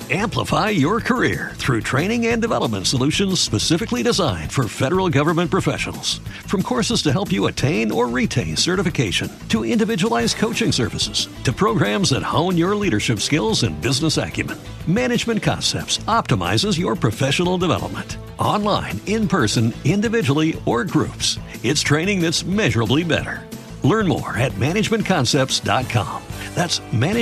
Amplify your career through training and development solutions specifically designed for federal government professionals. From courses to help you attain or retain certification, to individualized coaching services, to programs that hone your leadership skills and business acumen, Management Concepts optimizes your professional development. Online, in person, individually, or groups, it's training that's measurably better. Learn more at managementconcepts.com. That's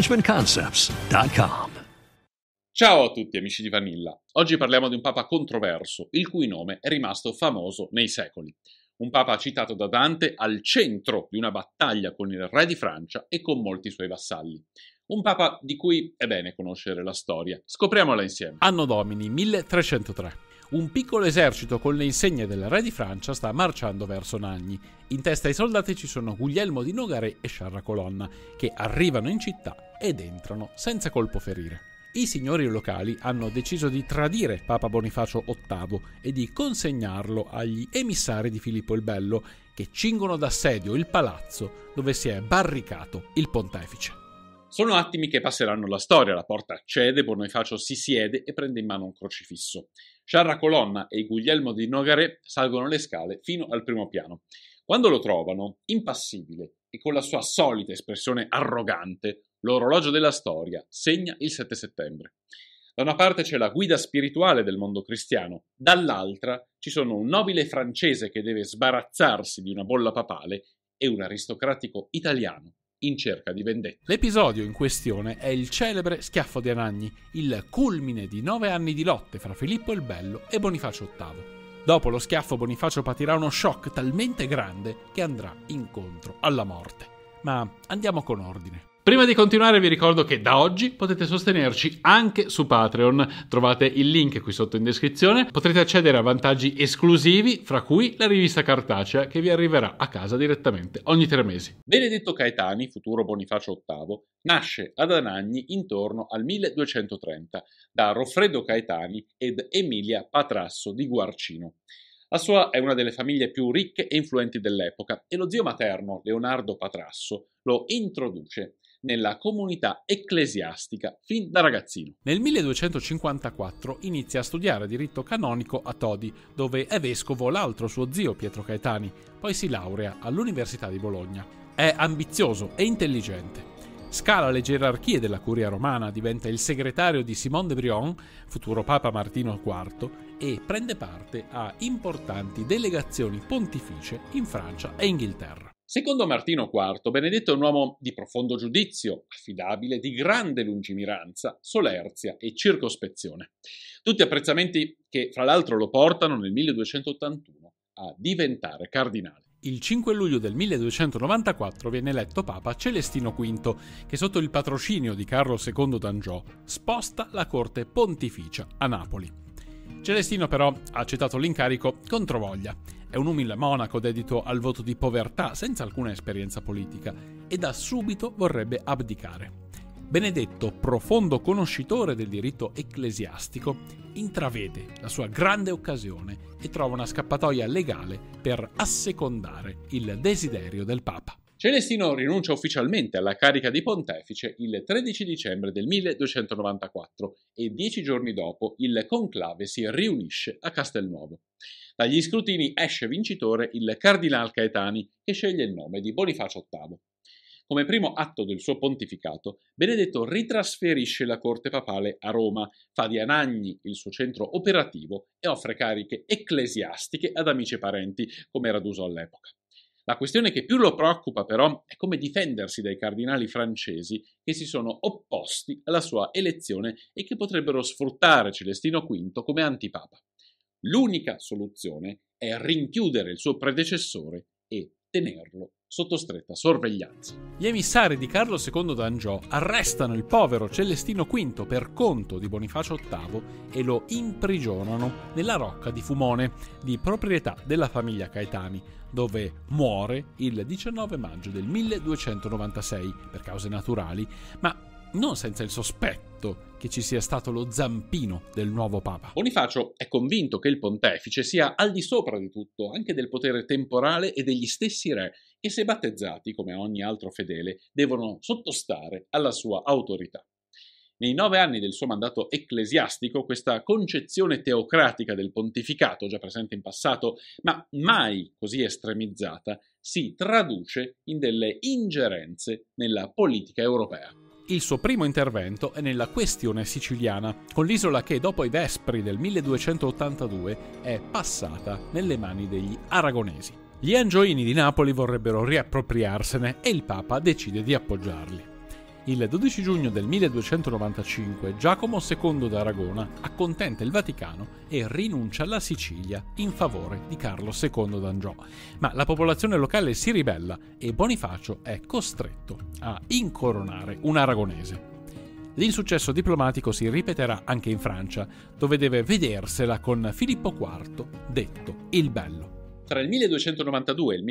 managementconcepts.com. Ciao a tutti amici di Vanilla, oggi parliamo di un papa controverso, il cui nome è rimasto famoso nei secoli. Un papa citato da Dante al centro di una battaglia con il re di Francia e con molti suoi vassalli. Un papa di cui è bene conoscere la storia. Scopriamola insieme. Anno Domini 1303. Un piccolo esercito con le insegne del re di Francia sta marciando verso Nagni. In testa ai soldati ci sono Guglielmo di Nogaret e Sciarra Colonna, che arrivano in città ed entrano senza colpo ferire. I signori locali hanno deciso di tradire Papa Bonifacio VIII e di consegnarlo agli emissari di Filippo il Bello, che cingono d'assedio il palazzo dove si è barricato il pontefice. Sono attimi che passeranno la storia, la porta cede, Bonifacio si siede e prende in mano un crocifisso. Sciarra Colonna e Guglielmo di Nogaret salgono le scale fino al primo piano. Quando lo trovano, impassibile e con la sua solita espressione arrogante, l'orologio della storia segna il 7 settembre. Da una parte c'è la guida spirituale del mondo cristiano, dall'altra ci sono un nobile francese che deve sbarazzarsi di una bolla papale e un aristocratico italiano in cerca di vendetta. L'episodio in questione è il celebre schiaffo di Anagni, il culmine di 9 anni di lotte fra Filippo il Bello e Bonifacio VIII. Dopo lo schiaffo Bonifacio patirà uno shock talmente grande che andrà incontro alla morte. Ma andiamo con ordine. Prima di continuare vi ricordo che da oggi potete sostenerci anche su Patreon. Trovate il link qui sotto in descrizione. Potrete accedere a vantaggi esclusivi, fra cui la rivista cartacea che vi arriverà a casa direttamente ogni 3 mesi. Benedetto Caetani, futuro Bonifacio VIII, nasce ad Anagni intorno al 1230 da Roffredo Caetani ed Emilia Patrasso di Guarcino. La sua è una delle famiglie più ricche e influenti dell'epoca e lo zio materno, Leonardo Patrasso, lo introduce nella comunità ecclesiastica fin da ragazzino. Nel 1254 inizia a studiare diritto canonico a Todi, dove è vescovo l'altro suo zio Pietro Caetani, poi si laurea all'Università di Bologna. È ambizioso e intelligente. Scala le gerarchie della curia romana, diventa il segretario di Simone de Brion, futuro Papa Martino IV, e prende parte a importanti delegazioni pontificie in Francia e Inghilterra. Secondo Martino IV, Benedetto è un uomo di profondo giudizio, affidabile, di grande lungimiranza, solerzia e circospezione. Tutti apprezzamenti che, fra l'altro, lo portano nel 1281 a diventare cardinale. Il 5 luglio del 1294 viene eletto Papa Celestino V, che sotto il patrocinio di Carlo II d'Angiò sposta la corte pontificia a Napoli. Celestino però ha accettato l'incarico controvoglia. È un umile monaco dedito al voto di povertà, senza alcuna esperienza politica, e da subito vorrebbe abdicare. Benedetto, profondo conoscitore del diritto ecclesiastico, intravede la sua grande occasione e trova una scappatoia legale per assecondare il desiderio del Papa. Celestino rinuncia ufficialmente alla carica di pontefice il 13 dicembre del 1294 e 10 giorni dopo il conclave si riunisce a Castelnuovo. Dagli scrutini esce vincitore il cardinal Caetani, che sceglie il nome di Bonifacio VIII. Come primo atto del suo pontificato, Benedetto ritrasferisce la corte papale a Roma, fa di Anagni il suo centro operativo e offre cariche ecclesiastiche ad amici e parenti, come era d'uso all'epoca. La questione che più lo preoccupa però è come difendersi dai cardinali francesi che si sono opposti alla sua elezione e che potrebbero sfruttare Celestino V come antipapa. L'unica soluzione è rinchiudere il suo predecessore e tenerlo sotto stretta sorveglianza. Gli emissari di Carlo II d'Angiò arrestano il povero Celestino V per conto di Bonifacio VIII e lo imprigionano nella Rocca di Fumone, di proprietà della famiglia Caetani, dove muore il 19 maggio del 1296 per cause naturali, ma non senza il sospetto che ci sia stato lo zampino del nuovo Papa. Bonifacio è convinto che il pontefice sia al di sopra di tutto, anche del potere temporale e degli stessi re, che se battezzati, come ogni altro fedele, devono sottostare alla sua autorità. Nei 9 anni del suo mandato ecclesiastico, questa concezione teocratica del pontificato, già presente in passato, ma mai così estremizzata, si traduce in delle ingerenze nella politica europea. Il suo primo intervento è nella questione siciliana, con l'isola che dopo i Vespri del 1282 è passata nelle mani degli aragonesi. Gli angioini di Napoli vorrebbero riappropriarsene e il Papa decide di appoggiarli. Il 12 giugno del 1295 Giacomo II d'Aragona accontenta il Vaticano e rinuncia alla Sicilia in favore di Carlo II d'Angiò, ma la popolazione locale si ribella e Bonifacio è costretto a incoronare un aragonese. L'insuccesso diplomatico si ripeterà anche in Francia, dove deve vedersela con Filippo IV, detto il Bello. Tra il 1292 e il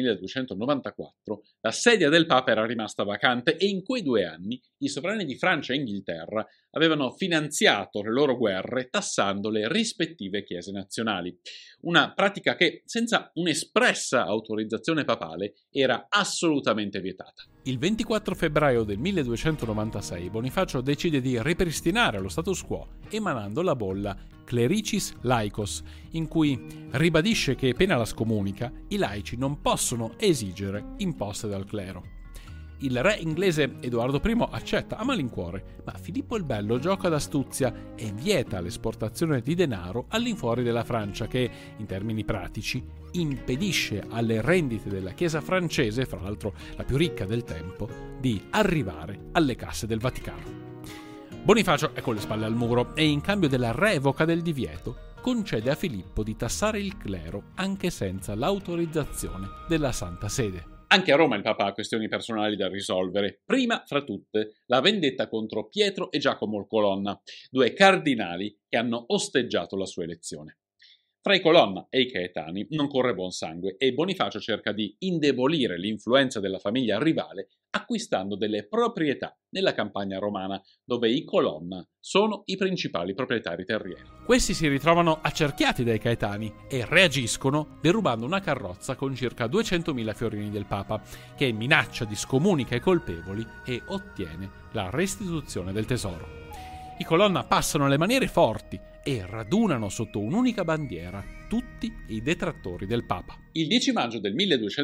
1294 la sedia del Papa era rimasta vacante e in quei 2 anni i sovrani di Francia e Inghilterra avevano finanziato le loro guerre tassando le rispettive chiese nazionali. Una pratica che, senza un'espressa autorizzazione papale, era assolutamente vietata. Il 24 febbraio del 1296 Bonifacio decide di ripristinare lo status quo emanando la bolla Clericis Laicos, in cui ribadisce che, pena la scomunica, i laici non possono esigere imposte dal clero. Il re inglese Edoardo I accetta a malincuore, ma Filippo il Bello gioca d'astuzia e vieta l'esportazione di denaro all'infuori della Francia che, in termini pratici, impedisce alle rendite della Chiesa francese, fra l'altro la più ricca del tempo, di arrivare alle casse del Vaticano. Bonifacio è con le spalle al muro e in cambio della revoca del divieto concede a Filippo di tassare il clero anche senza l'autorizzazione della Santa Sede. Anche a Roma il Papa ha questioni personali da risolvere. Prima fra tutte la vendetta contro Pietro e Giacomo Colonna, 2 cardinali che hanno osteggiato la sua elezione. Fra i Colonna e i Caetani non corre buon sangue e Bonifacio cerca di indebolire l'influenza della famiglia rivale acquistando delle proprietà nella campagna romana, dove i Colonna sono i principali proprietari terrieri. Questi si ritrovano accerchiati dai Caetani e reagiscono derubando una carrozza con circa 200.000 fiorini del Papa, che minaccia di scomunica i colpevoli e ottiene la restituzione del tesoro. I Colonna passano le maniere forti e radunano sotto un'unica bandiera tutti i detrattori del Papa. Il 10 maggio del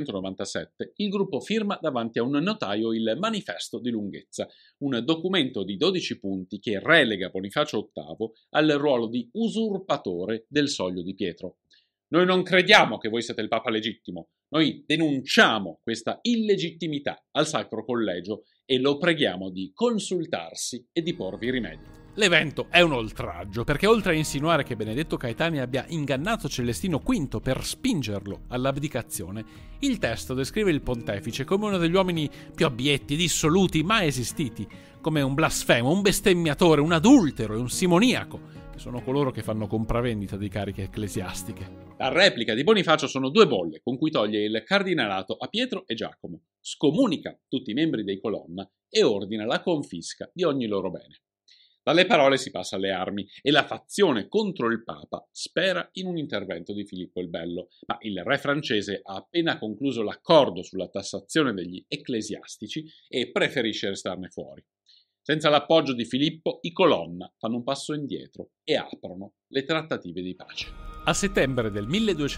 1297 il gruppo firma davanti a un notaio il Manifesto di Lunghezza, un documento di 12 punti che relega Bonifacio VIII al ruolo di usurpatore del soglio di Pietro. Noi non crediamo che voi siate il Papa legittimo, noi denunciamo questa illegittimità al Sacro Collegio e lo preghiamo di consultarsi e di porvi rimedio. L'evento è un oltraggio, perché oltre a insinuare che Benedetto Caetani abbia ingannato Celestino V per spingerlo all'abdicazione, il testo descrive il pontefice come uno degli uomini più abietti, dissoluti, mai esistiti, come un blasfemo, un bestemmiatore, un adultero e un simoniaco, che sono coloro che fanno compravendita di cariche ecclesiastiche. La replica di Bonifacio sono 2 bolle con cui toglie il cardinalato a Pietro e Giacomo, scomunica tutti i membri dei Colonna e ordina la confisca di ogni loro bene. Dalle parole si passa alle armi e la fazione contro il Papa spera in un intervento di Filippo il Bello, ma il re francese ha appena concluso l'accordo sulla tassazione degli ecclesiastici e preferisce restarne fuori. Senza l'appoggio di Filippo, i Colonna fanno un passo indietro e aprono le trattative di pace. A settembre del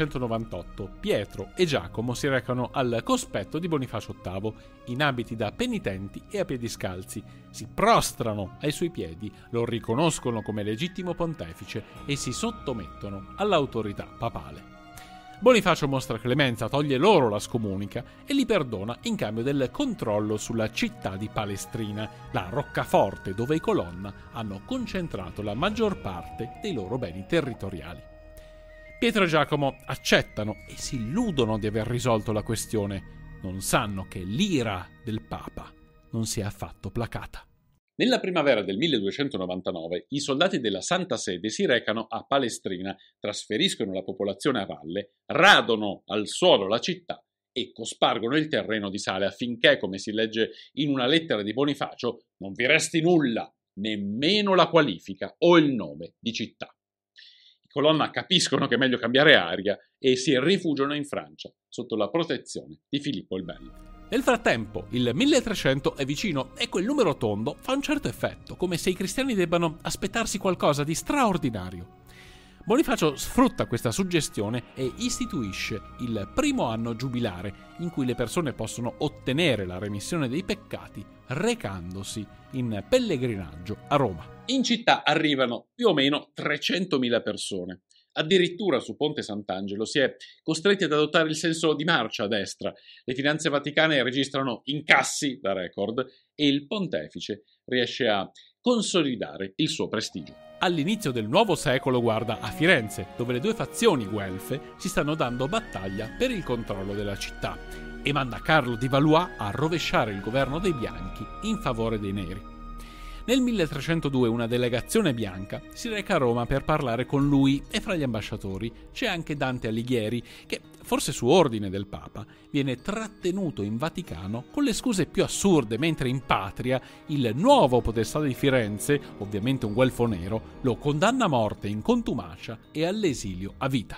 1298 Pietro e Giacomo si recano al cospetto di Bonifacio VIII in abiti da penitenti e a piedi scalzi, si prostrano ai suoi piedi, lo riconoscono come legittimo pontefice e si sottomettono all'autorità papale. Bonifacio mostra clemenza, toglie loro la scomunica e li perdona in cambio del controllo sulla città di Palestrina, la roccaforte dove i Colonna hanno concentrato la maggior parte dei loro beni territoriali. Pietro e Giacomo accettano e si illudono di aver risolto la questione. Non sanno che l'ira del Papa non si è affatto placata. Nella primavera del 1299 i soldati della Santa Sede si recano a Palestrina, trasferiscono la popolazione a valle, radono al suolo la città e cospargono il terreno di sale affinché, come si legge in una lettera di Bonifacio, non vi resti nulla, nemmeno la qualifica o il nome di città. Colonna capiscono che è meglio cambiare aria e si rifugiano in Francia, sotto la protezione di Filippo il Bello. Nel frattempo, il 1300 è vicino e quel numero tondo fa un certo effetto, come se i cristiani debbano aspettarsi qualcosa di straordinario. Bonifacio sfrutta questa suggestione e istituisce il primo anno giubilare, in cui le persone possono ottenere la remissione dei peccati recandosi in pellegrinaggio a Roma. In città arrivano più o meno 300.000 persone. Addirittura su Ponte Sant'Angelo si è costretti ad adottare il senso di marcia a destra. Le finanze vaticane registrano incassi da record e il pontefice riesce a consolidare il suo prestigio. All'inizio del nuovo secolo guarda a Firenze, dove le due fazioni guelfe si stanno dando battaglia per il controllo della città, e manda Carlo di Valois a rovesciare il governo dei bianchi in favore dei neri. Nel 1302 una delegazione bianca si reca a Roma per parlare con lui e fra gli ambasciatori c'è anche Dante Alighieri che, forse su ordine del Papa, viene trattenuto in Vaticano con le scuse più assurde, mentre in patria il nuovo podestà di Firenze, ovviamente un guelfo nero, lo condanna a morte in contumacia e all'esilio a vita.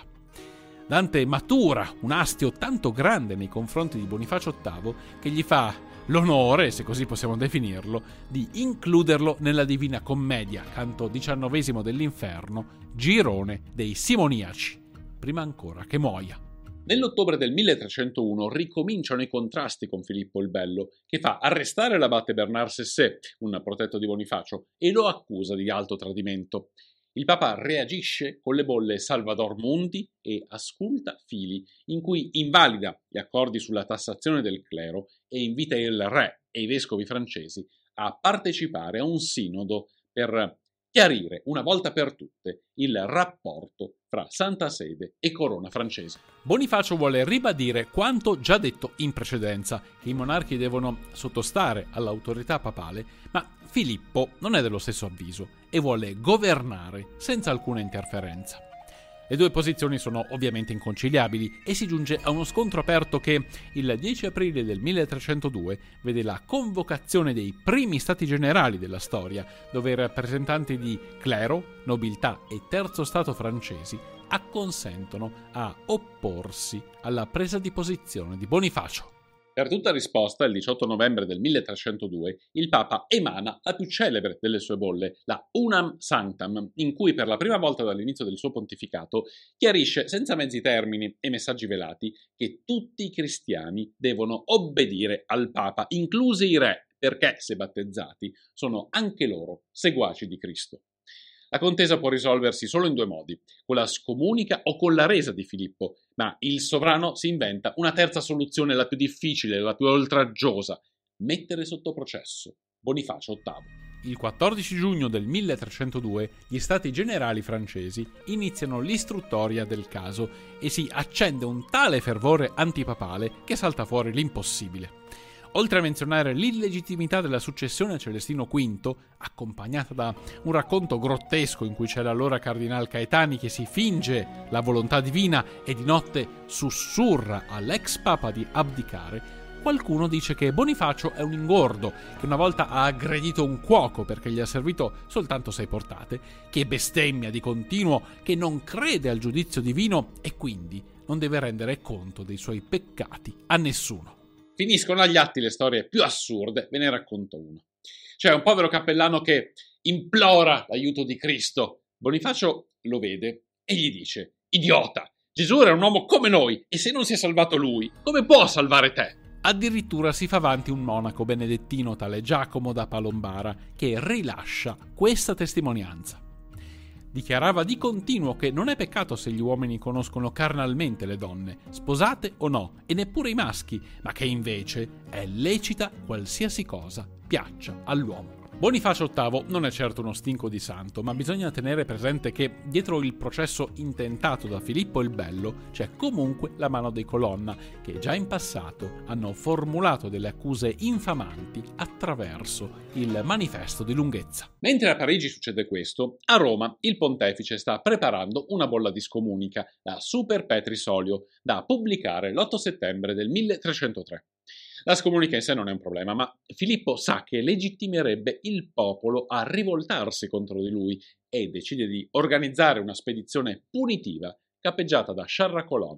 Dante matura un astio tanto grande nei confronti di Bonifacio VIII che gli fa l'onore, se così possiamo definirlo, di includerlo nella Divina Commedia, canto 19 dell'Inferno, girone dei Simoniaci, prima ancora che muoia. Nell'ottobre del 1301 ricominciano i contrasti con Filippo il Bello, che fa arrestare l'abate Bernard Sessé, un protetto di Bonifacio, e lo accusa di alto tradimento. Il Papa reagisce con le bolle Salvador Mundi e Asculta Fili, in cui invalida gli accordi sulla tassazione del clero e invita il re e i vescovi francesi a partecipare a un sinodo per chiarire una volta per tutte il rapporto fra Santa Sede e Corona francese. Bonifacio vuole ribadire quanto già detto in precedenza, che i monarchi devono sottostare all'autorità papale, ma Filippo non è dello stesso avviso e vuole governare senza alcuna interferenza. Le due posizioni sono ovviamente inconciliabili e si giunge a uno scontro aperto che il 10 aprile del 1302 vede la convocazione dei primi stati generali della storia, dove i rappresentanti di clero, nobiltà e terzo stato francesi acconsentono a opporsi alla presa di posizione di Bonifacio. Per tutta risposta, il 18 novembre del 1302, il Papa emana la più celebre delle sue bolle, la Unam Sanctam, in cui per la prima volta dall'inizio del suo pontificato chiarisce senza mezzi termini e messaggi velati che tutti i cristiani devono obbedire al Papa, inclusi i re, perché, se battezzati, sono anche loro seguaci di Cristo. La contesa può risolversi solo in due modi, con la scomunica o con la resa di Filippo, ma il sovrano si inventa una terza soluzione, la più difficile, la più oltraggiosa: mettere sotto processo Bonifacio VIII. Il 14 giugno del 1302 gli stati generali francesi iniziano l'istruttoria del caso e si accende un tale fervore antipapale che salta fuori l'impossibile. Oltre a menzionare l'illegittimità della successione a Celestino V, accompagnata da un racconto grottesco in cui c'è l'allora cardinal Caetani che si finge la volontà divina e di notte sussurra all'ex papa di abdicare, qualcuno dice che Bonifacio è un ingordo, che una volta ha aggredito un cuoco perché gli ha servito soltanto 6 portate, che bestemmia di continuo, che non crede al giudizio divino e quindi non deve rendere conto dei suoi peccati a nessuno. Finiscono agli atti le storie più assurde, ve ne racconto una. C'è un povero cappellano che implora l'aiuto di Cristo. Bonifacio lo vede e gli dice: idiota, Gesù era un uomo come noi e se non si è salvato lui, come può salvare te? Addirittura si fa avanti un monaco benedettino tale Giacomo da Palombara che rilascia questa testimonianza. Dichiarava di continuo che non è peccato se gli uomini conoscono carnalmente le donne, sposate o no, e neppure i maschi, ma che invece è lecita qualsiasi cosa piaccia all'uomo. Bonifacio VIII non è certo uno stinco di santo, ma bisogna tenere presente che dietro il processo intentato da Filippo il Bello c'è comunque la mano dei Colonna, che già in passato hanno formulato delle accuse infamanti attraverso il manifesto di lunghezza. Mentre a Parigi succede questo, a Roma il pontefice sta preparando una bolla di scomunica, la Super Petris Olio, da pubblicare l'8 settembre del 1303. La scomunica in sé non è un problema, ma Filippo sa che legittimerebbe il popolo a rivoltarsi contro di lui e decide di organizzare una spedizione punitiva capeggiata da Sciarra Colonna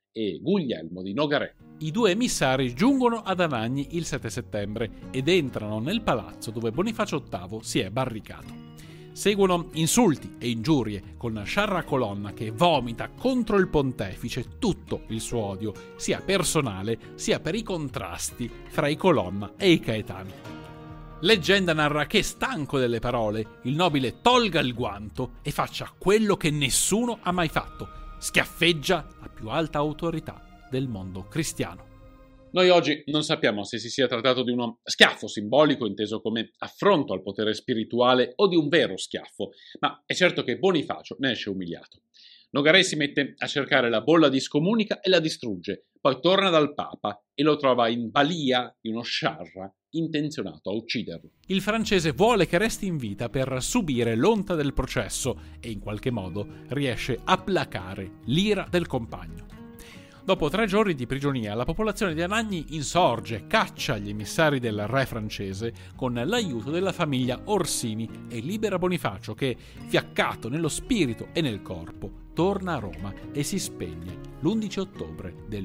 e Guglielmo di Nogaret. I due emissari giungono ad Anagni il 7 settembre ed entrano nel palazzo dove Bonifacio VIII si è barricato. Seguono insulti e ingiurie, con Sciarra Colonna che vomita contro il pontefice tutto il suo odio, sia personale sia per i contrasti fra i Colonna e i Caetani. Leggenda narra che, stanco delle parole, il nobile tolga il guanto e faccia quello che nessuno ha mai fatto: schiaffeggia la più alta autorità del mondo cristiano. Noi oggi non sappiamo se si sia trattato di uno schiaffo simbolico inteso come affronto al potere spirituale o di un vero schiaffo, ma è certo che Bonifacio ne esce umiliato. Nogaret si mette a cercare la bolla di scomunica e la distrugge, poi torna dal Papa e lo trova in balia di uno Sciarra intenzionato a ucciderlo. Il francese vuole che resti in vita per subire l'onta del processo e in qualche modo riesce a placare l'ira del compagno. Dopo 3 giorni di prigionia, la popolazione di Anagni insorge, caccia gli emissari del re francese con l'aiuto della famiglia Orsini e libera Bonifacio che, fiaccato nello spirito e nel corpo, torna a Roma e si spegne l'11 ottobre del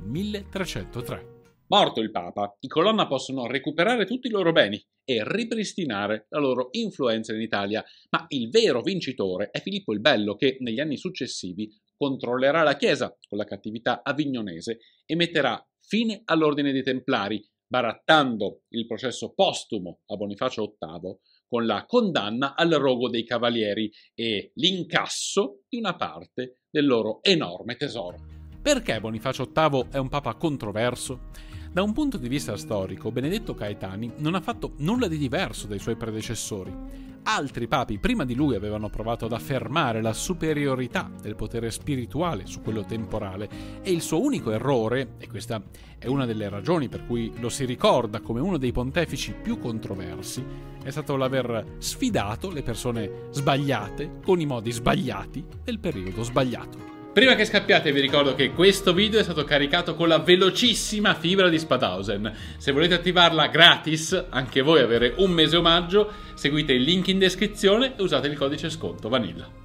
1303. Morto il Papa, i Colonna possono recuperare tutti i loro beni e ripristinare la loro influenza in Italia, ma il vero vincitore è Filippo il Bello che, negli anni successivi, controllerà la Chiesa con la cattività avignonese e metterà fine all'ordine dei Templari, barattando il processo postumo a Bonifacio VIII con la condanna al rogo dei Cavalieri e l'incasso di una parte del loro enorme tesoro. Perché Bonifacio VIII è un papa controverso? Da un punto di vista storico, Benedetto Caetani non ha fatto nulla di diverso dai suoi predecessori. Altri papi prima di lui avevano provato ad affermare la superiorità del potere spirituale su quello temporale e il suo unico errore, e questa è una delle ragioni per cui lo si ricorda come uno dei pontefici più controversi, è stato l'aver sfidato le persone sbagliate con i modi sbagliati del periodo sbagliato. Prima che scappiate vi ricordo che questo video è stato caricato con la velocissima fibra di Spadhausen. Se volete attivarla gratis, anche voi avere un mese omaggio, seguite il link in descrizione e usate il codice sconto Vanilla.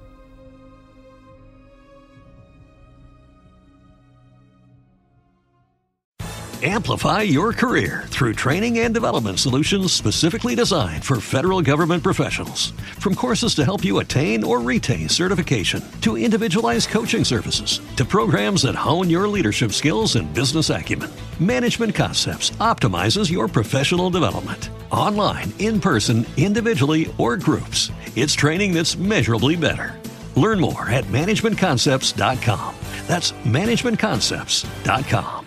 Amplify your career through training and development solutions specifically designed for federal government professionals. From courses to help you attain or retain certification, to individualized coaching services, to programs that hone your leadership skills and business acumen, Management Concepts optimizes your professional development. Online, in person, individually, or groups, it's training that's measurably better. Learn more at managementconcepts.com. That's managementconcepts.com.